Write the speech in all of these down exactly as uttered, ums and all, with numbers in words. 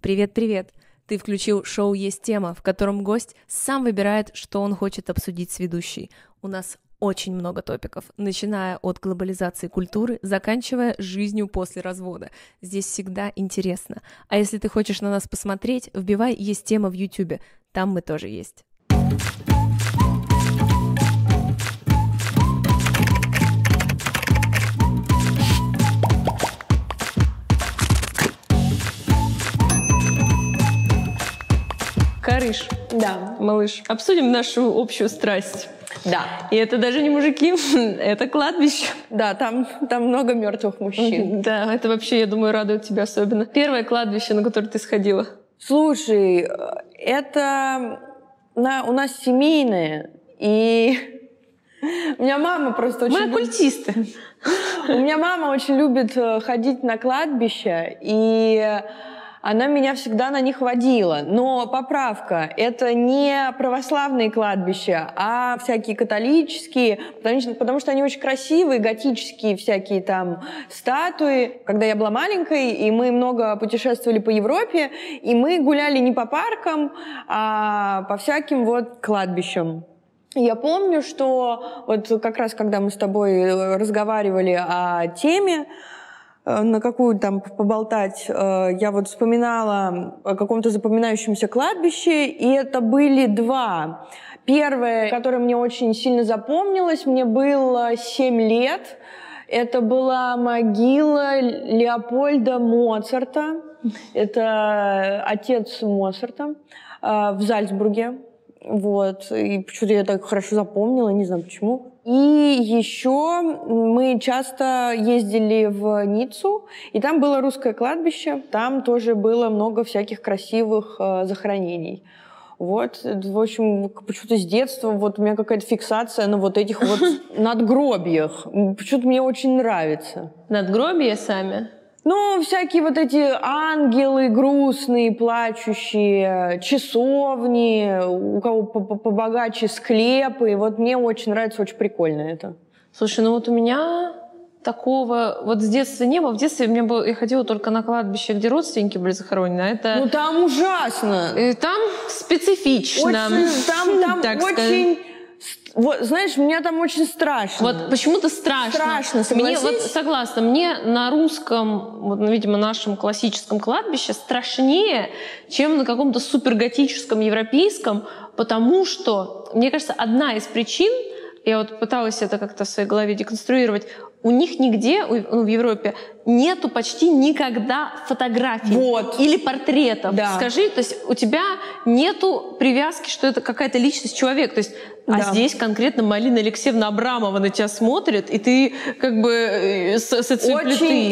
Привет-привет! Ты включил шоу «Есть тема», в котором гость сам выбирает, что он хочет обсудить с ведущей. У нас очень много топиков, начиная от глобализации культуры, заканчивая жизнью после развода. Здесь всегда интересно. А если ты хочешь на нас посмотреть, вбивай «Есть тема» в Ютубе. Там мы тоже есть. Карыш, да, малыш, обсудим нашу общую страсть. Да. И это даже не мужики, это кладбище. Да, там, там много мертвых мужчин. Да, это вообще, я думаю, радует тебя особенно. Первое кладбище, на которое ты сходила. Слушай, это на, у нас семейное, и у меня мама просто очень... Мы оккультисты. У меня мама очень любит ходить на кладбище, и она меня всегда на них водила. Но поправка, это не православные кладбища, а всякие католические, потому что, потому что они очень красивые, готические всякие там статуи. Когда я была маленькой, и мы много путешествовали по Европе, и мы гуляли не по паркам, а по всяким вот кладбищам. Я помню, что вот как раз когда мы с тобой разговаривали о теме, на какую там поболтать, я вот вспоминала о каком-то запоминающемся кладбище, и это были два. Первое, которое мне очень сильно запомнилось, мне было семь лет, это была могила Леопольда Моцарта, это отец Моцарта в Зальцбурге. Вот, и почему-то я так хорошо запомнила, не знаю почему. И еще мы часто ездили в Ниццу, и там было русское кладбище, там тоже было много всяких красивых э, захоронений. Вот, в общем, почему-то с детства вот у меня какая-то фиксация на вот этих вот надгробиях. Почему-то мне очень нравится. Надгробия сами? Ну, всякие вот эти ангелы грустные, плачущие, часовни, у кого побогаче склепы. Вот мне очень нравится, очень прикольно это. Слушай, ну вот у меня такого вот с детства не было. В детстве у меня было, я ходила только на кладбище, где родственники были захоронены. А это... Ну, там ужасно. И там специфично. Очень, там там так очень... сказать. Вот, знаешь, мне там очень страшно. Вот почему-то страшно. Страшно, Мне согласись? вот согласна. Мне на русском, вот, видимо, нашем классическом кладбище страшнее, чем на каком-то суперготическом европейском, потому что, мне кажется, одна из причин, я вот пыталась это как-то в своей голове деконструировать, у них нигде, ну, в Европе, нету почти никогда фотографий вот. Или портретов. Да. Скажи, то есть у тебя нету привязки, что это какая-то личность человека. То есть, а да. здесь конкретно Малина Алексеевна Абрамова на тебя смотрит, и ты как бы с, с очень,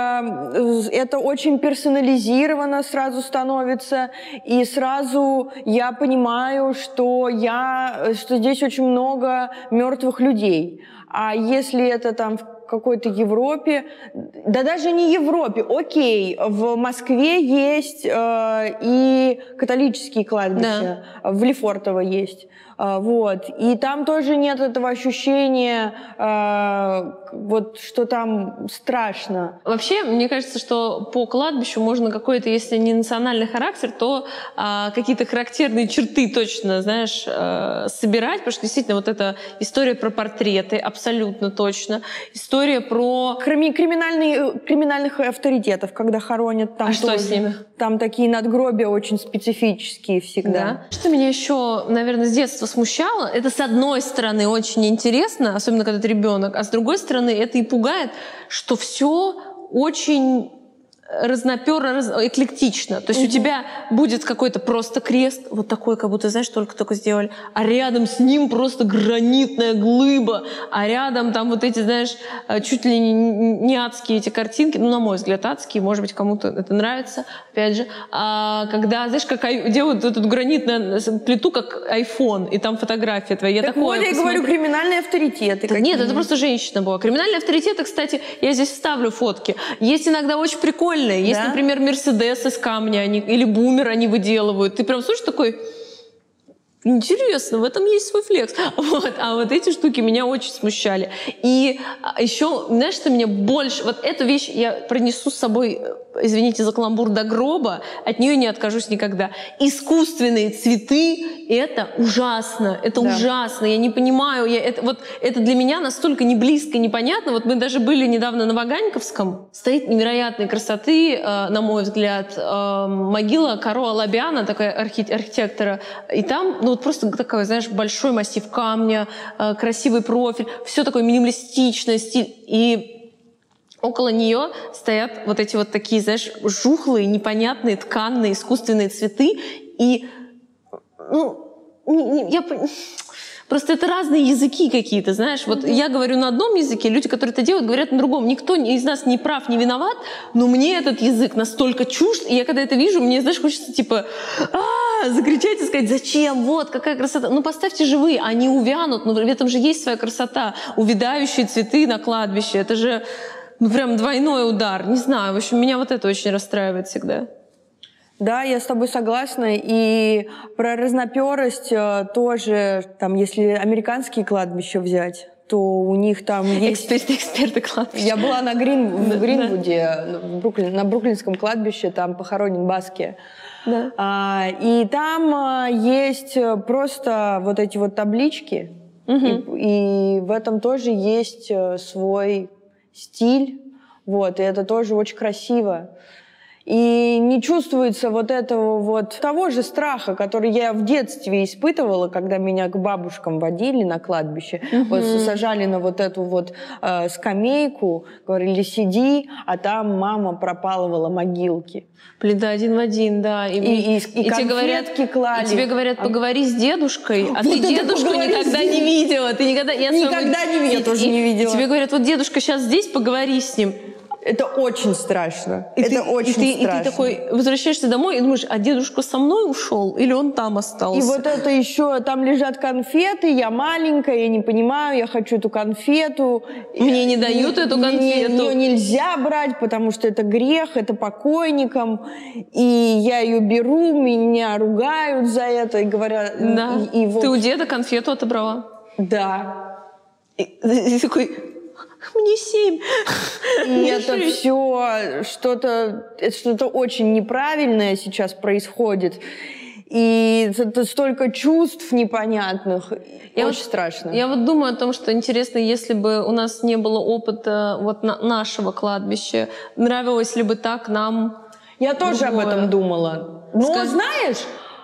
э, это очень персонализировано сразу становится, и сразу я понимаю, что, я, что здесь очень много мертвых людей. А если это там в какой-то Европе, да даже не Европе, окей, в Москве есть э, и католические кладбища, да. В Лефортово есть, э, вот, и там тоже нет этого ощущения, э, вот, что там страшно. Вообще, мне кажется, что по кладбищу можно какой-то, если не национальный характер, то э, какие-то характерные черты точно, знаешь, э, собирать, потому что действительно вот эта история про портреты, абсолютно точно, история История про... Криминальные, криминальных авторитетов, когда хоронят там. А тоже. Что с ними? Там такие надгробия очень специфические всегда. Да. Что меня еще, наверное, с детства смущало, это с одной стороны очень интересно, особенно когда ты ребенок, а с другой стороны это и пугает, что все очень разнопёрно, раз... эклектично. То есть угу. у тебя будет какой-то просто крест, вот такой, как будто, знаешь, только-только сделали, а рядом с ним просто гранитная глыба, а рядом там вот эти, знаешь, чуть ли не адские эти картинки, ну, на мой взгляд, адские, может быть, кому-то это нравится, опять же. А когда, знаешь, как делают эту гранитную плиту, как айфон, и там фотография твоя. Я так такое вот, я посмотрю. говорю, криминальные авторитеты. Да нет, это просто женщина была. Криминальные авторитеты, кстати, я здесь вставлю фотки. Есть иногда очень прикольные. Есть, да? Например, Мерседес из камня они, или Бумер они выделывают. Ты прям слушаешь такой... Интересно, в этом есть свой флекс. Вот. А вот эти штуки меня очень смущали. И еще, знаешь, что меня больше... Вот эту вещь я пронесу с собой, извините за каламбур, до гроба. От нее не откажусь никогда. Искусственные цветы — это ужасно. Это да. ужасно. Я не понимаю. Я, это, вот, это для меня настолько не близко, непонятно. Вот мы даже были недавно на Ваганьковском. Стоит невероятной красоты, э, на мой взгляд, э, могила Каро Алабяна, такая архи- архитектора. И там... Ну, вот просто такой, знаешь, большой массив камня, э, красивый профиль, все такое минималистичное, стиль. И около нее стоят вот эти вот такие, знаешь, жухлые, непонятные, тканные, искусственные цветы. И, ну, не, не, я... Просто это разные языки какие-то, знаешь. Вот mm-hmm. я говорю на одном языке, люди, которые это делают, говорят на другом. Никто из нас не прав, не виноват, но мне этот язык настолько чужд, и я когда это вижу, мне, знаешь, хочется типа а-а-а, закричать и сказать, зачем, вот, какая красота. Ну, поставьте живые, они увянут, но в этом же есть своя красота. Увядающие цветы на кладбище, это же, ну, прям двойной удар. Не знаю, в общем, меня вот это очень расстраивает всегда. Да, я с тобой согласна. И про разноперость тоже, там, если американские кладбища взять, то у них там есть... Эксперты, эксперты кладбища. Я была на Грин... в Гринвуде, в Бруклин... на Бруклинском кладбище, там похоронен Баски. Да. А, и там есть просто вот эти вот таблички, угу. и, и в этом тоже есть свой стиль, вот, и это тоже очень красиво. И не чувствуется вот этого вот того же страха, который я в детстве испытывала, когда меня к бабушкам водили на кладбище. Mm-hmm. Вот сажали на вот эту вот э, скамейку, говорили, сиди, а там мама пропалывала могилки. Блин, да, один в один, да. И, и, и, и, и, тебе говорят, клали. И тебе говорят, поговори с дедушкой, а вот ты дедушку никогда не видела. Ты никогда я никогда не видела, я тоже и, не видела. И тебе говорят, вот дедушка сейчас здесь, поговори с ним. Это очень страшно. И это ты, очень и ты, страшно. И ты такой возвращаешься домой и думаешь, а дедушка со мной ушел или он там остался? И вот это еще, там лежат конфеты, я маленькая, я не понимаю, я хочу эту конфету. Мне не дают и, эту конфету. Ее нельзя брать, потому что это грех, это покойникам. И я ее беру, меня ругают за это и говорят... Да. И, и вот... Ты у деда конфету отобрала? Да. И, и такой... Мне семь. И это все что-то, что-то очень неправильное сейчас происходит. И это столько чувств непонятных. Я очень вот, страшно. Я вот думаю о том, что интересно, если бы у нас не было опыта вот на нашего кладбища, нравилось ли бы так нам? Я тоже другое. об этом думала. Но Скажи... знаешь...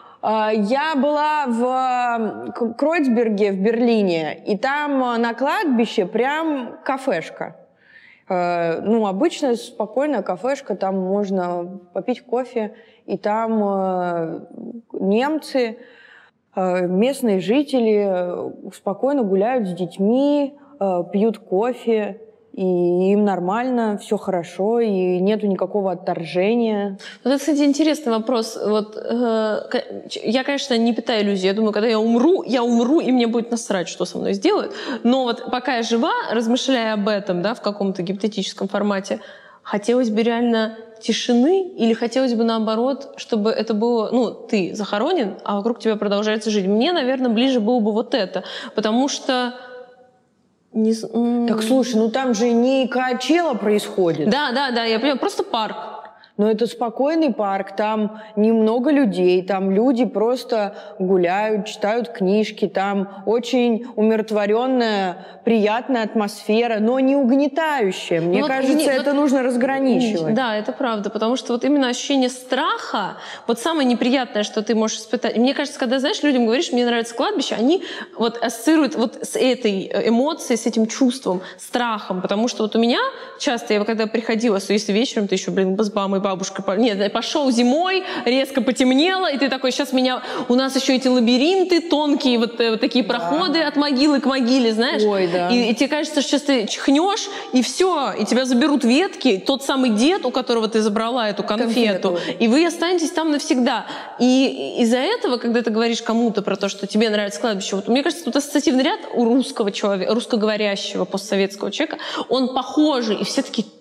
Я была в Кройцберге в Берлине, и там на кладбище прям кафешка. Ну, обычная спокойная кафешка, там можно попить кофе, и там немцы, местные жители спокойно гуляют с детьми, пьют кофе, и им нормально, все хорошо, и нету никакого отторжения. Вот это, кстати, интересный вопрос. Вот, э, я, конечно, не питаю иллюзий. Я думаю, когда я умру, я умру, и мне будет насрать, что со мной сделают. Но вот пока я жива, размышляя об этом, да, в каком-то гипотетическом формате, хотелось бы реально тишины или хотелось бы наоборот, чтобы это было, ну, ты захоронен, а вокруг тебя продолжается жить. Мне, наверное, ближе было бы вот это, потому что Не... Так слушай, ну там же не Коачелла происходит. Да, да, да, я понимаю, просто парк. Но это спокойный парк, там немного людей, там люди просто гуляют, читают книжки, там очень умиротворенная, приятная атмосфера, но не угнетающая. Мне вот, кажется, не, это вот, нужно разграничивать. Да, это правда, потому что вот именно ощущение страха, вот самое неприятное, что ты можешь испытать. Мне кажется, когда, знаешь, людям говоришь, мне нравится кладбище, они вот ассоциируют вот с этой эмоцией, с этим чувством, страхом, потому что вот у меня часто, я когда приходила, что если вечером ты еще, блин, с мамой, бабушкой, нет, пошел зимой, резко потемнело, и ты такой, сейчас меня, у нас еще эти лабиринты тонкие, вот, вот такие да. проходы от могилы к могиле, знаешь, Ой, да. и, и тебе кажется, что сейчас ты чихнешь, и все, и тебя заберут ветки, тот самый дед, у которого ты забрала эту конфету, конфету. И вы останетесь там навсегда. И из-за этого, когда ты говоришь кому-то про то, что тебе нравится кладбище, вот, мне кажется, тут ассоциативный ряд у русского человека, русскоговорящего постсоветского человека, он похожий, и все такие,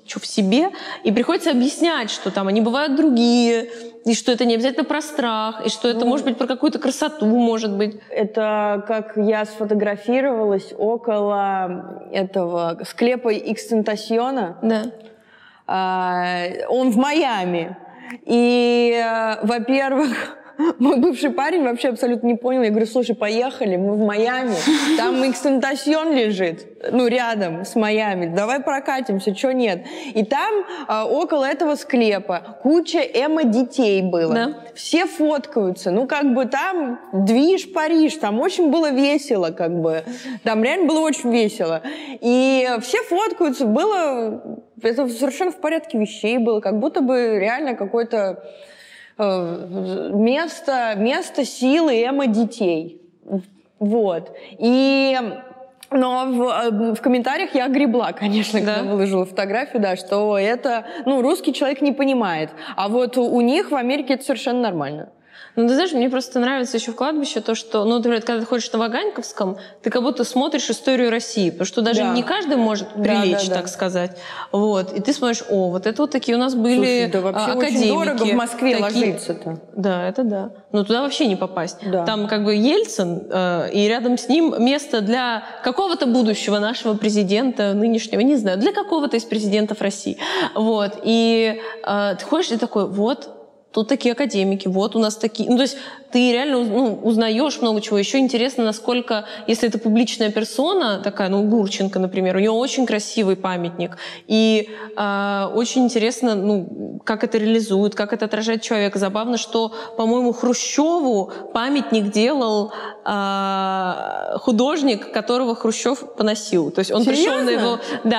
что в себе, и приходится объяснять, что там они бывают другие, и что это не обязательно про страх, и что это ну, может быть про какую-то красоту, может быть. Это как я сфотографировалась около этого склепа Икстентасьона. Да. А, он в Майами. И, во-первых, мой бывший парень вообще абсолютно не понял. Я говорю, слушай, поехали, мы в Майами, там Икстентасьон лежит, ну, рядом с Майами, давай прокатимся, чё нет. И там а, около этого склепа куча эмо-детей было. Да. Все фоткаются, ну, как бы там движ Париж, там очень было весело, как бы. Там реально было очень весело. И все фоткаются, было... Это совершенно в порядке вещей было, как будто бы реально какой-то... Место, место силы эмо-детей. Вот. И... Но в, в комментариях я гребла, конечно, да. когда выложила фотографию, да, что это, ну, русский человек не понимает. А вот у них в Америке это совершенно нормально. Ну, ты знаешь, мне просто нравится еще в кладбище то, что, ну, например, когда ты ходишь на Ваганьковском, ты как будто смотришь историю России, потому что даже да. не каждый может прилечь, да, да, так да. сказать. Вот. И ты смотришь, о, вот это вот такие у нас были Слушай, да вообще академики. Очень дорого в Москве такие... ложиться-то. Да, это да. Но туда вообще не попасть. Да. Там как бы Ельцин, э, и рядом с ним место для какого-то будущего нашего президента, нынешнего, не знаю, для какого-то из президентов России. Вот. И э, ты ходишь и такой, вот, тут такие академики, вот у нас такие... Ну, то есть ты реально ну, узнаешь много чего. Еще интересно, насколько, если это публичная персона, такая, ну, Гурченко, например, у него очень красивый памятник. И э, очень интересно, ну, как это реализуют, как это отражает человека. Забавно, что, по-моему, Хрущеву памятник делал э, художник, которого Хрущев поносил. То есть он Серьезно? пришел на его...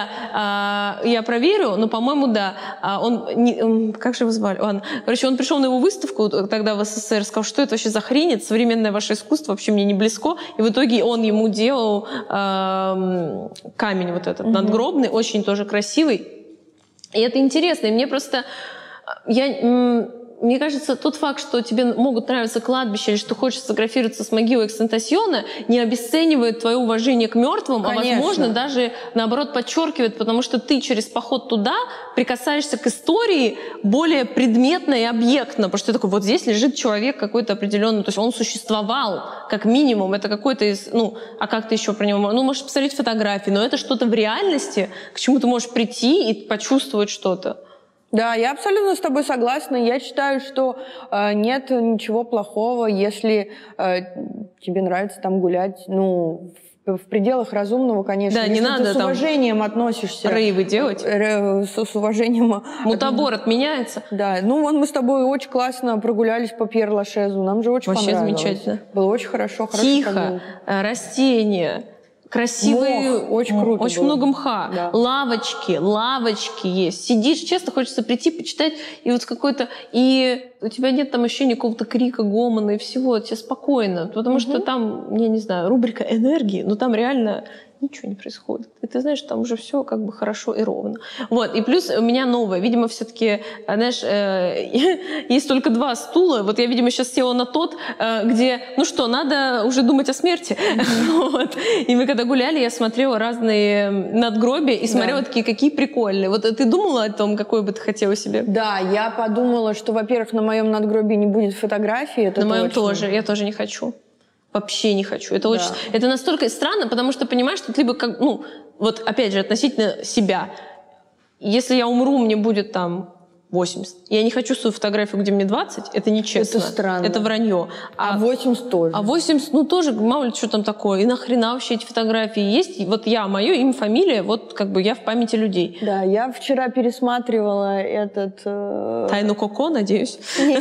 Да, э, я проверю, но, по-моему, да. Он, не, как же его звали? Он, короче, он пришел на его выставку тогда в СССР, сказал, что это вообще за хрень, это современное ваше искусство, вообще мне не близко. И в итоге он ему делал э, камень вот этот, mm-hmm. надгробный, очень тоже красивый. И это интересно. И мне просто... Я... Мне кажется, тот факт, что тебе могут нравиться кладбища или что хочешь сфотографироваться с могилой Икстентасьона, не обесценивает твое уважение к мертвым, Конечно. а, возможно, даже, наоборот, подчеркивает, потому что ты через поход туда прикасаешься к истории более предметно и объектно, потому что ты такой, вот здесь лежит человек какой-то определенный, то есть он существовал, как минимум, это какой-то из... Ну, а как ты еще про него... Ну, можешь посмотреть фотографии, но это что-то в реальности, к чему ты можешь прийти и почувствовать что-то. Да, я абсолютно с тобой согласна. Я считаю, что э, нет ничего плохого, если э, тебе нравится там гулять, ну, в, в пределах разумного, конечно. Да, если не надо ты с уважением относишься. Рейвы делать. Э, с, с уважением. Мутабор отменяется. Да, ну вон мы с тобой очень классно прогулялись по Пьер-Лашезу. Нам же очень Вообще понравилось. Замечательно. Было очень хорошо. Тихо, растения. Красивые, мох, очень круто очень было. много мха, да. лавочки, лавочки есть. Сидишь, честно, хочется прийти, почитать, и вот какой-то... И у тебя нет там ощущения какого-то крика, гомона и всего, тебе спокойно, потому угу. что там, я не знаю, рубрика энергии, но там реально ничего не происходит. И ты знаешь, там уже все как бы хорошо и ровно. Вот, и плюс у меня новое. Видимо, все-таки, знаешь, э, есть только два стула. Вот я, видимо, сейчас села на тот, э, где, ну что, надо уже думать о смерти. Mm-hmm. Вот. И мы когда гуляли, я смотрела разные надгробия и смотрела да. такие, какие прикольные. Вот ты думала о том, какой бы ты хотела себе? Да, я подумала, что, во-первых, на моем надгробии не будет фотографии. Это на моем точно. тоже. Я тоже не хочу. Вообще не хочу. Это, да. очень, это настолько странно, потому что, понимаешь, что ты либо как, ну, вот опять же, относительно себя. Если я умру, мне будет там восемьдесят. Я не хочу свою фотографию, где мне двадцать. Это нечестно. Это странно. Это вранье. А, а восемьдесят тоже. А восемьдесят, ну тоже, мало ли, что там такое. И нахрена вообще эти фотографии есть? И вот я, мое имя, фамилия, вот как бы я в памяти людей. Да, я вчера пересматривала этот... Э... Тайну Коко, надеюсь? Нет.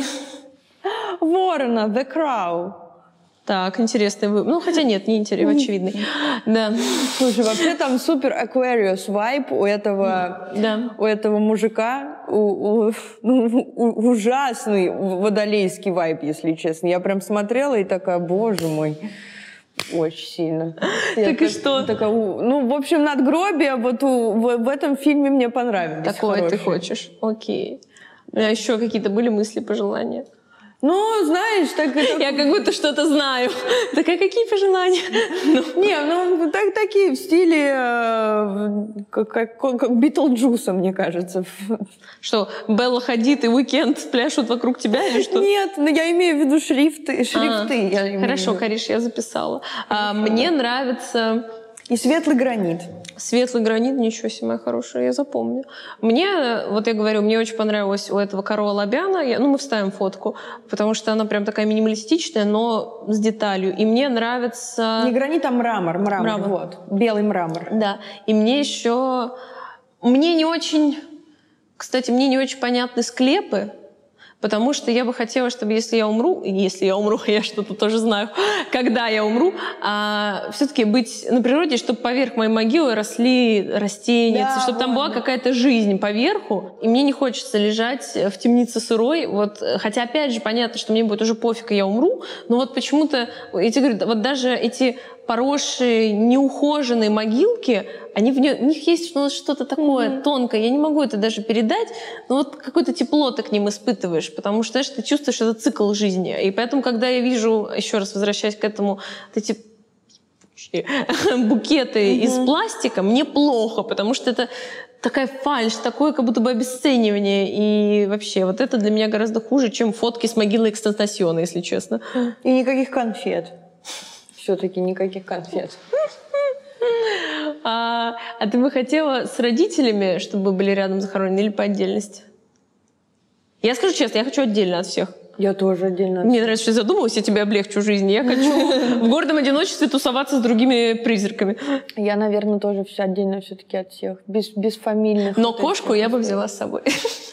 Ворона, The Crow. Так, интересный выбор. Ну, хотя нет, не интересный, очевидный. Да. Слушай, вообще там супер Aquarius вайб у этого, да. у этого мужика. У, у, ну, у, ужасный водолейский вайб, если честно. Я прям смотрела и такая, боже мой, очень сильно. Так и что? Такая, ну, в общем, надгробие вот у, в, в этом фильме мне понравилось. Такое ты хочешь? Окей. А еще какие-то были мысли, пожелания? Ну, знаешь, так это... Я как будто что-то знаю. Так а какие пожелания? Ну. Не, ну, так, такие в стиле э, как, как, как Битлджуса, мне кажется. Что, Белла Хадид и Уикенд пляшут вокруг тебя или что? Нет, ну я имею в виду шрифты. шрифты а, я имею хорошо, в виду. Кариш, я записала. А, мне нравится... И светлый гранит. Светлый гранит, ничего себе, моя хорошая, я запомню. Мне, вот я говорю, мне очень понравилось у этого Каро Лабяна, я, ну мы вставим фотку, потому что она прям такая минималистичная, но с деталью. И мне нравится... Не гранит, а мрамор, мрамор, Мрамор. вот, белый мрамор. Да, и мне еще... Мне не очень... Кстати, мне не очень понятны склепы, потому что я бы хотела, чтобы если я умру, если я умру, я что-то тоже знаю, когда я умру, а, все-таки быть на природе, чтобы поверх моей могилы росли растения, Да, чтобы вот, там была да. какая-то жизнь поверху. И мне не хочется лежать в темнице сырой. Вот, хотя, опять же, понятно, что мне будет уже пофиг, и я умру, но вот почему-то, я тебе говорю, вот даже эти поросшие, неухоженные могилки, они в, не, в них есть что-то такое mm-hmm. тонкое. Я не могу это даже передать, но вот какое-то тепло ты к ним испытываешь, потому что, знаешь, ты чувствуешь этот цикл жизни. И поэтому, когда я вижу, еще раз возвращаясь к этому, вот эти букеты mm-hmm. из пластика, мне плохо, потому что это такая фальшь, такое как будто бы обесценивание. И вообще, вот это для меня гораздо хуже, чем фотки с могилы Экстантасиона, если честно. И никаких конфет. Все-таки никаких конфет. А, а ты бы хотела с родителями, чтобы были рядом захоронены, или по отдельности? Я скажу честно, я хочу отдельно от всех. Я тоже отдельно от Мне всех. нравится, что я задумалась, я тебе облегчу жизнь. Я хочу в гордом одиночестве тусоваться с другими призраками. Я, наверное, тоже все отдельно все-таки от всех. Без, без фамильных. Но кошку я бы взяла с собой.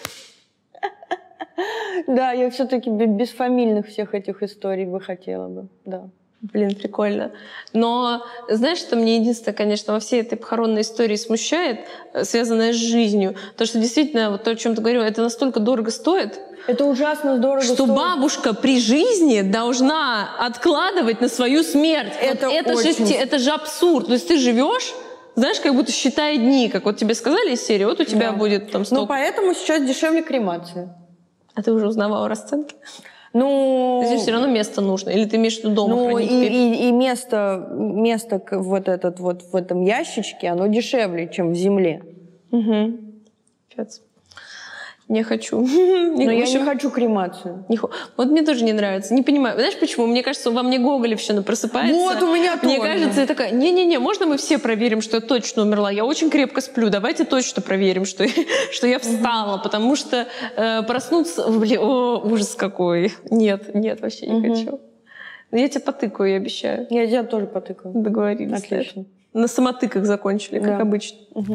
Да, я все-таки без фамильных всех этих историй бы хотела бы, да. Блин, прикольно. Но знаешь, что мне единственное, конечно, во всей этой похоронной истории смущает, связанное с жизнью, то, что действительно, вот то, о чем ты говорила, это настолько дорого стоит, это ужасно дорого что стоит. бабушка при жизни должна откладывать на свою смерть. Это, вот это, очень... же, это же абсурд. То есть ты живешь, знаешь, как будто считай дни, как вот тебе сказали из серии, вот у тебя да. будет там столько. Ну, поэтому сейчас дешевле кремация. А ты уже узнавала расценки? Ну, здесь все равно место нужно. Или ты имеешь в виду дома ну, хранить? И, и, и место, место вот, этот, вот в этом ящичке, оно дешевле, чем в земле. Угу. Капец. Не хочу. Не, Но я общем, не хочу кремацию. Не, вот мне тоже не нравится. Не понимаю. Знаешь почему? Мне кажется, во мне Гоголевщина просыпается. Вот у меня Мне тоже. кажется, я такая, не-не-не, можно мы все проверим, что я точно умерла? Я очень крепко сплю. Давайте точно проверим, что, что я встала. Угу. Потому что э, проснуться... Блин, о, ужас какой. Нет, нет, вообще не угу. хочу. Но я тебя потыкаю, я обещаю. Я тебя тоже потыкаю. Договорились. Отлично. На самотыках закончили, как да. обычно. Угу.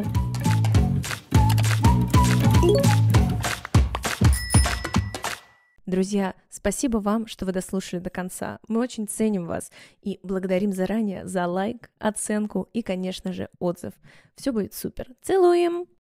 Друзья, спасибо вам, что вы дослушали до конца. Мы очень ценим вас и благодарим заранее за лайк, оценку и, конечно же, отзыв. Все будет супер. Целуем!